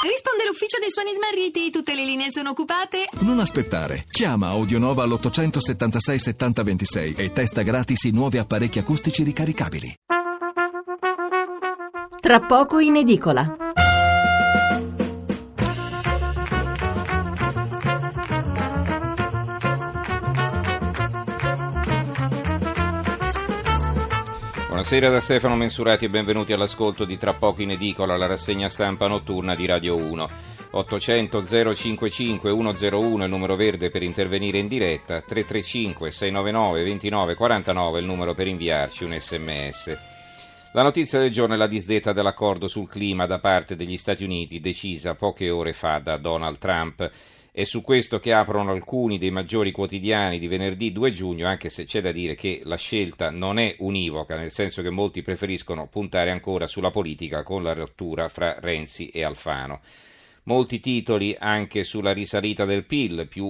Risponde l'ufficio dei suoni smarriti, tutte le linee sono occupate. Non aspettare. Chiama Audionova all'876 70 26 e testa gratis i nuovi apparecchi acustici ricaricabili. Tra poco in edicola. Buonasera da Stefano Mensurati e benvenuti all'ascolto di Tra poco in edicola, la rassegna stampa notturna di Radio 1. 800 055 101 il numero verde per intervenire in diretta, 335 699 29 49 il numero per inviarci un sms. La notizia del giorno è la disdetta dell'accordo sul clima da parte degli Stati Uniti, decisa poche ore fa da Donald Trump. È su questo che aprono alcuni dei maggiori quotidiani di venerdì 2 giugno, anche se c'è da dire che la scelta non è univoca, nel senso che molti preferiscono puntare ancora sulla politica con la rottura fra Renzi e Alfano. Molti titoli anche sulla risalita del PIL, più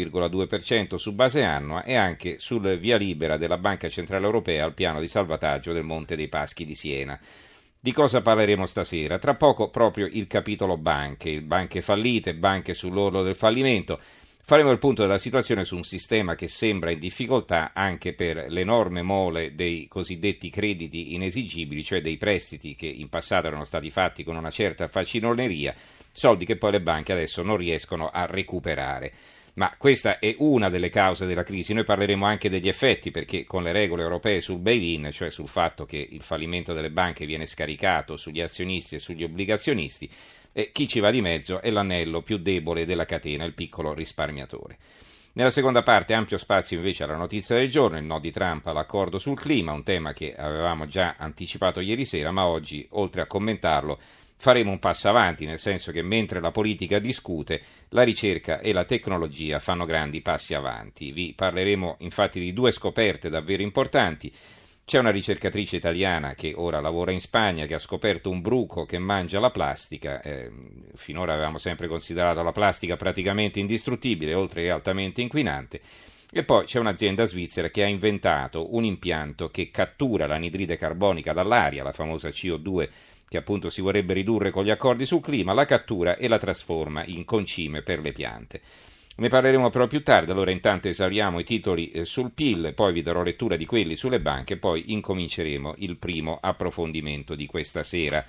1,2% su base annua, e anche sul via libera della Banca Centrale Europea al piano di salvataggio del Monte dei Paschi di Siena. Di cosa parleremo stasera? Tra poco proprio il capitolo banche fallite, banche sull'orlo del fallimento. Faremo il punto della situazione su un sistema che sembra in difficoltà anche per l'enorme mole dei cosiddetti crediti inesigibili, cioè dei prestiti che in passato erano stati fatti con una certa faciloneria, soldi che poi le banche adesso non riescono a recuperare. Ma questa è una delle cause della crisi. Noi parleremo anche degli effetti, perché con le regole europee sul bail-in, cioè sul fatto che il fallimento delle banche viene scaricato sugli azionisti e sugli obbligazionisti, chi ci va di mezzo è l'anello più debole della catena, il piccolo risparmiatore. Nella seconda parte ampio spazio invece alla notizia del giorno, il no di Trump all'accordo sul clima, un tema che avevamo già anticipato ieri sera, ma oggi, oltre a commentarlo, faremo un passo avanti, nel senso che mentre la politica discute, la ricerca e la tecnologia fanno grandi passi avanti. Vi parleremo infatti di due scoperte davvero importanti. C'è una ricercatrice italiana che ora lavora in Spagna, che ha scoperto un bruco che mangia la plastica. Finora avevamo sempre considerato la plastica praticamente indistruttibile, oltre che altamente inquinante. E poi c'è un'azienda svizzera che ha inventato un impianto che cattura l'anidride carbonica dall'aria, la famosa CO2, che appunto si vorrebbe ridurre con gli accordi sul clima, la cattura e la trasforma in concime per le piante. Ne parleremo però più tardi, allora intanto esauriamo i titoli sul PIL, poi vi darò lettura di quelli sulle banche, poi incominceremo il primo approfondimento di questa sera.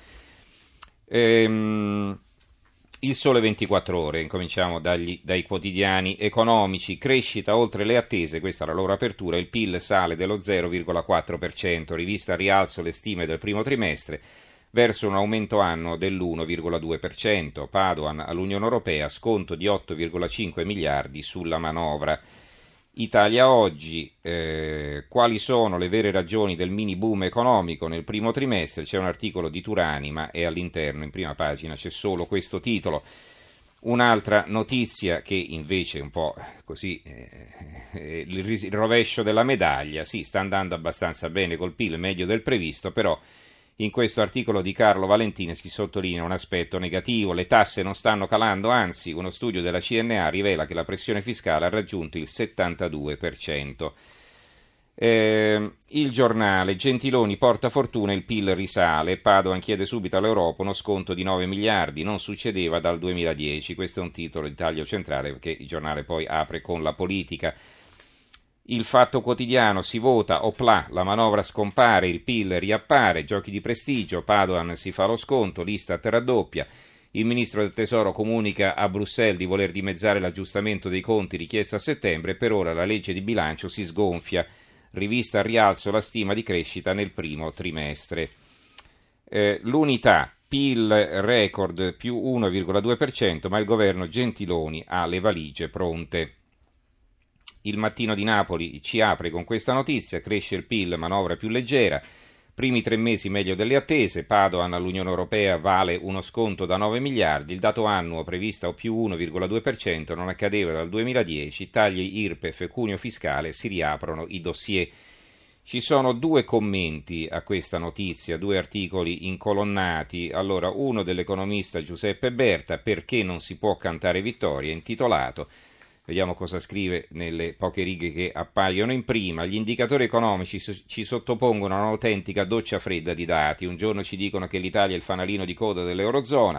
Il Sole 24 Ore, incominciamo dai quotidiani economici. Crescita oltre le attese, questa è la loro apertura, il PIL sale dello 0,4%, rivista a rialzo le stime del primo trimestre, verso un aumento annuo dell'1,2%. Padoan all'Unione Europea, sconto di 8,5 miliardi sulla manovra. Italia Oggi, quali sono le vere ragioni del mini boom economico nel primo trimestre? C'è un articolo di Turani, ma è all'interno, in prima pagina, c'è solo questo titolo. Un'altra notizia che invece è un po' così, il rovescio della medaglia, sì, sta andando abbastanza bene col PIL, meglio del previsto, però in questo articolo di Carlo Valentini si sottolinea un aspetto negativo: le tasse non stanno calando, anzi uno studio della CNA rivela che la pressione fiscale ha raggiunto il 72%. Il Giornale, Gentiloni porta fortuna, il PIL risale, Padoan chiede subito all'Europa uno sconto di 9 miliardi, non succedeva dal 2010, questo è un titolo di taglio centrale perché il giornale poi apre con la politica. Il Fatto Quotidiano, si vota, opla, la manovra scompare, il PIL riappare, giochi di prestigio, Padoan si fa lo sconto, l'Istat raddoppia, il ministro del Tesoro comunica a Bruxelles di voler dimezzare l'aggiustamento dei conti richiesto a settembre e per ora la legge di bilancio si sgonfia, rivista a rialzo la stima di crescita nel primo trimestre. L'Unità, PIL record più 1,2%, ma il governo Gentiloni ha le valigie pronte. Il Mattino di Napoli ci apre con questa notizia: cresce il PIL, manovra più leggera, primi 3 mesi meglio delle attese, Padoan all'Unione Europea vale uno sconto da 9 miliardi, il dato annuo previsto più 1,2% non accadeva dal 2010, tagli IRPEF e cuneo fiscale, si riaprono i dossier. Ci sono due commenti a questa notizia, due articoli incolonnati. Allora, uno dell'economista Giuseppe Berta, perché non si può cantare vittoria, intitolato. Vediamo cosa scrive nelle poche righe che appaiono in prima. Gli indicatori economici ci sottopongono a un'autentica doccia fredda di dati. Un giorno ci dicono che l'Italia è il fanalino di coda dell'Eurozona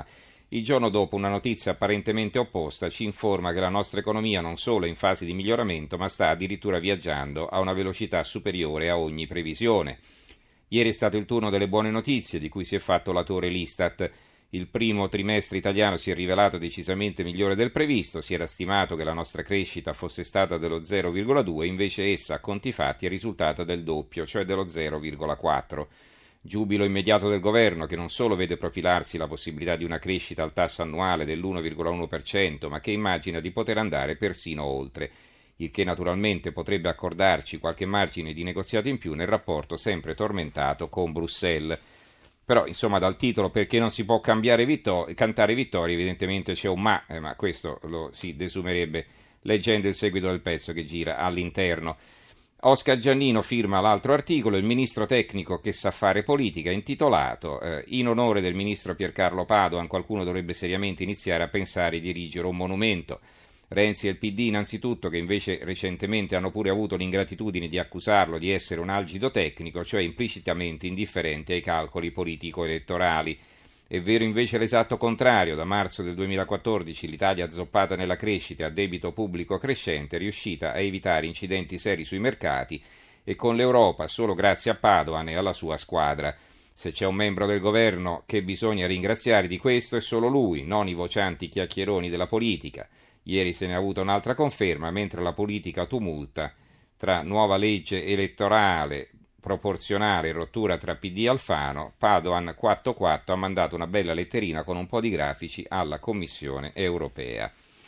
Il giorno dopo una notizia apparentemente opposta ci informa che la nostra economia non solo è in fase di miglioramento, ma sta addirittura viaggiando a una velocità superiore a ogni previsione. Ieri è stato il turno delle buone notizie, di cui si è fatto latore l'Istat. Il primo trimestre italiano si è rivelato decisamente migliore del previsto, si era stimato che la nostra crescita fosse stata dello 0,2, invece essa a conti fatti è risultata del doppio, cioè dello 0,4. Giubilo immediato del governo, che non solo vede profilarsi la possibilità di una crescita al tasso annuale dell'1,1%, ma che immagina di poter andare persino oltre, il che naturalmente potrebbe accordarci qualche margine di negoziato in più nel rapporto sempre tormentato con Bruxelles. Però, insomma, dal titolo "Perché non si può cantare vittoria", evidentemente c'è un ma questo lo si desumerebbe leggendo il seguito del pezzo che gira all'interno. Oscar Giannino firma l'altro articolo, il ministro tecnico che sa fare politica, intitolato "In onore del ministro Piercarlo Padoan, qualcuno dovrebbe seriamente iniziare a pensare di erigere un monumento". Renzi e il PD innanzitutto, che invece recentemente hanno pure avuto l'ingratitudine di accusarlo di essere un algido tecnico, cioè implicitamente indifferente ai calcoli politico-elettorali. È vero invece l'esatto contrario: da marzo del 2014 l'Italia, azzoppata nella crescita e a debito pubblico crescente, è riuscita a evitare incidenti seri sui mercati e con l'Europa solo grazie a Padoan e alla sua squadra. Se c'è un membro del governo che bisogna ringraziare di questo è solo lui, non i vocianti chiacchieroni della politica. Ieri se ne è avuta un'altra conferma, mentre la politica tumulta tra nuova legge elettorale proporzionale e rottura tra PD e Alfano. Padoan 4-4 ha mandato una bella letterina con un po' di grafici alla Commissione europea.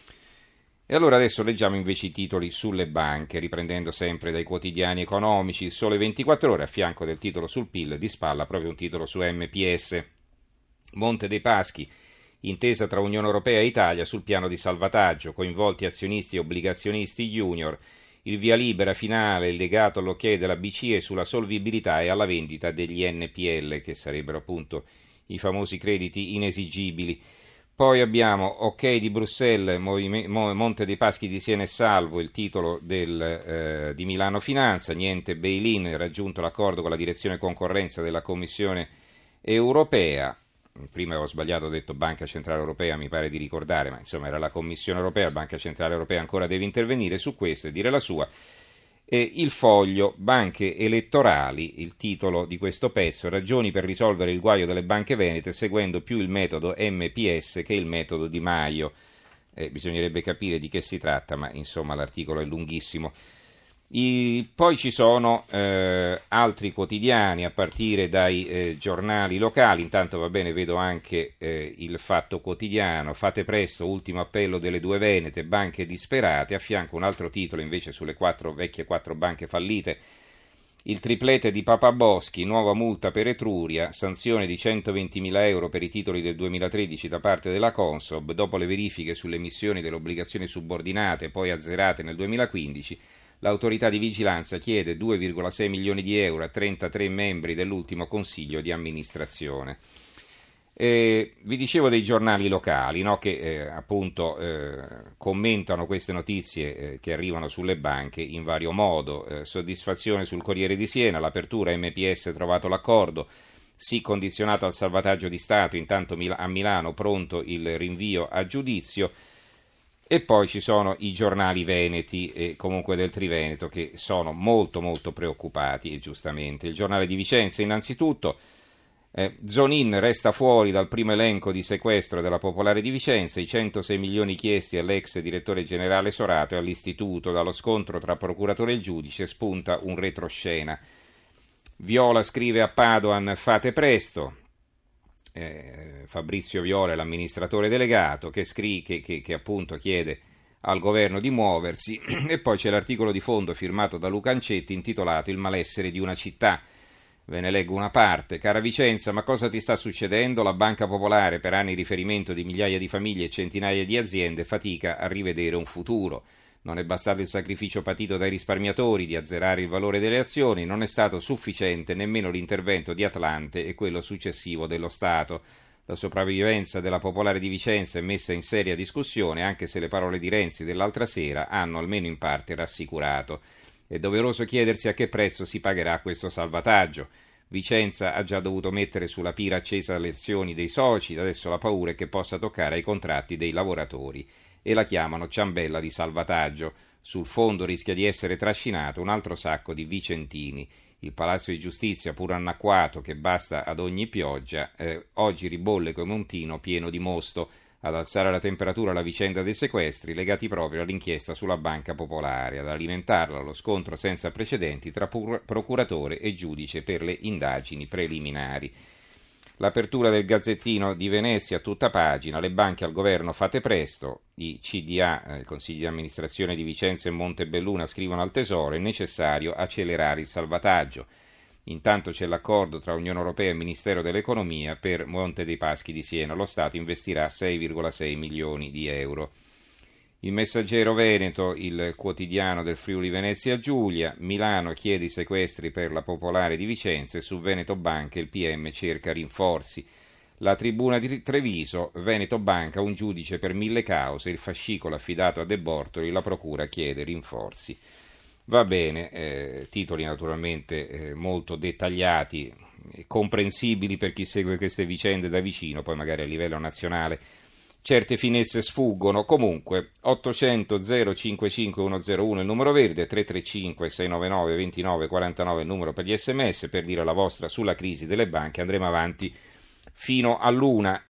E allora adesso leggiamo invece i titoli sulle banche, riprendendo sempre dai quotidiani economici. Il Sole 24 Ore, a fianco del titolo sul PIL, di spalla proprio un titolo su MPS. Monte dei Paschi: intesa tra Unione Europea e Italia sul piano di salvataggio, coinvolti azionisti e obbligazionisti junior, il via libera finale legato all'ok della BCE sulla solvibilità e alla vendita degli NPL, che sarebbero appunto i famosi crediti inesigibili. Poi abbiamo ok di Bruxelles, Monte dei Paschi di Siena è salvo, il titolo di Milano Finanza, niente bail-in, raggiunto l'accordo con la direzione concorrenza della Commissione europea. Prima avevo sbagliato, ho detto Banca Centrale Europea, mi pare di ricordare, ma insomma era la Commissione Europea, la Banca Centrale Europea ancora deve intervenire su questo e dire la sua. Il Foglio, banche elettorali, il titolo di questo pezzo, ragioni per risolvere il guaio delle banche venete seguendo più il metodo MPS che il metodo Di Maio. Bisognerebbe capire di che si tratta, ma insomma l'articolo è lunghissimo. Poi ci sono altri quotidiani a partire dai giornali locali. Intanto va bene, vedo anche il Fatto Quotidiano, fate presto, ultimo appello delle due venete, banche disperate, a fianco un altro titolo invece sulle vecchie quattro banche fallite, il triplete di Papa Boschi, nuova multa per Etruria, sanzione di 120.000 euro per i titoli del 2013 da parte della Consob, dopo le verifiche sulle emissioni delle obbligazioni subordinate poi azzerate nel 2015. L'autorità di vigilanza chiede 2,6 milioni di euro a 33 membri dell'ultimo consiglio di amministrazione. Vi dicevo dei giornali locali, no, che appunto commentano queste notizie che arrivano sulle banche in vario modo. Soddisfazione sul Corriere di Siena, l'apertura MPS trovato l'accordo, sì condizionato al salvataggio di Stato, intanto a Milano pronto il rinvio a giudizio. E poi ci sono i giornali veneti e comunque del Triveneto che sono molto molto preoccupati, e giustamente. Il giornale di Vicenza innanzitutto, Zonin resta fuori dal primo elenco di sequestro della Popolare di Vicenza, i 106 milioni chiesti all'ex direttore generale Sorato e all'istituto, dallo scontro tra procuratore e giudice spunta un retroscena. Viola scrive a Padoan fate presto. Fabrizio Viola è l'amministratore delegato che appunto chiede al governo di muoversi. E poi c'è l'articolo di fondo firmato da Luca Ancetti intitolato Il malessere di una città. Ve ne leggo una parte. Cara Vicenza, ma cosa ti sta succedendo? La Banca Popolare, per anni riferimento di migliaia di famiglie e centinaia di aziende, fatica a rivedere un futuro. Non è bastato il sacrificio patito dai risparmiatori di azzerare il valore delle azioni, non è stato sufficiente nemmeno l'intervento di Atlante e quello successivo dello Stato. La sopravvivenza della Popolare di Vicenza è messa in seria discussione, anche se le parole di Renzi dell'altra sera hanno almeno in parte rassicurato. È doveroso chiedersi a che prezzo si pagherà questo salvataggio. Vicenza ha già dovuto mettere sulla pira accesa le azioni dei soci, adesso la paura è che possa toccare ai contratti dei lavoratori e la chiamano ciambella di salvataggio. Sul fondo rischia di essere trascinato un altro sacco di vicentini. Il Palazzo di Giustizia, pur annacquato che basta ad ogni pioggia, oggi ribolle come un tino pieno di mosto. Ad alzare la temperatura la vicenda dei sequestri legati proprio all'inchiesta sulla Banca Popolare, ad alimentarla lo scontro senza precedenti tra procuratore e giudice per le indagini preliminari. L'apertura del Gazzettino di Venezia a tutta pagina, le banche al governo fate presto, i CDA, il Consiglio di amministrazione di Vicenza e Montebelluna scrivono al Tesoro, è necessario accelerare il salvataggio. Intanto c'è l'accordo tra Unione Europea e Ministero dell'Economia per Monte dei Paschi di Siena. Lo Stato investirà 6,6 milioni di euro. Il Messaggero Veneto, il quotidiano del Friuli Venezia Giulia, Milano chiede i sequestri per la Popolare di Vicenza e su Veneto Banca il PM cerca rinforzi. La Tribuna di Treviso, Veneto Banca, un giudice per 1000 cause, il fascicolo affidato a De Bortoli, la procura chiede rinforzi. Va bene, titoli naturalmente molto dettagliati, comprensibili per chi segue queste vicende da vicino, poi magari a livello nazionale certe finezze sfuggono. Comunque 800 055 101 il numero verde, 335 699 2949 il numero per gli sms per dire la vostra sulla crisi delle banche. Andremo avanti fino all'1.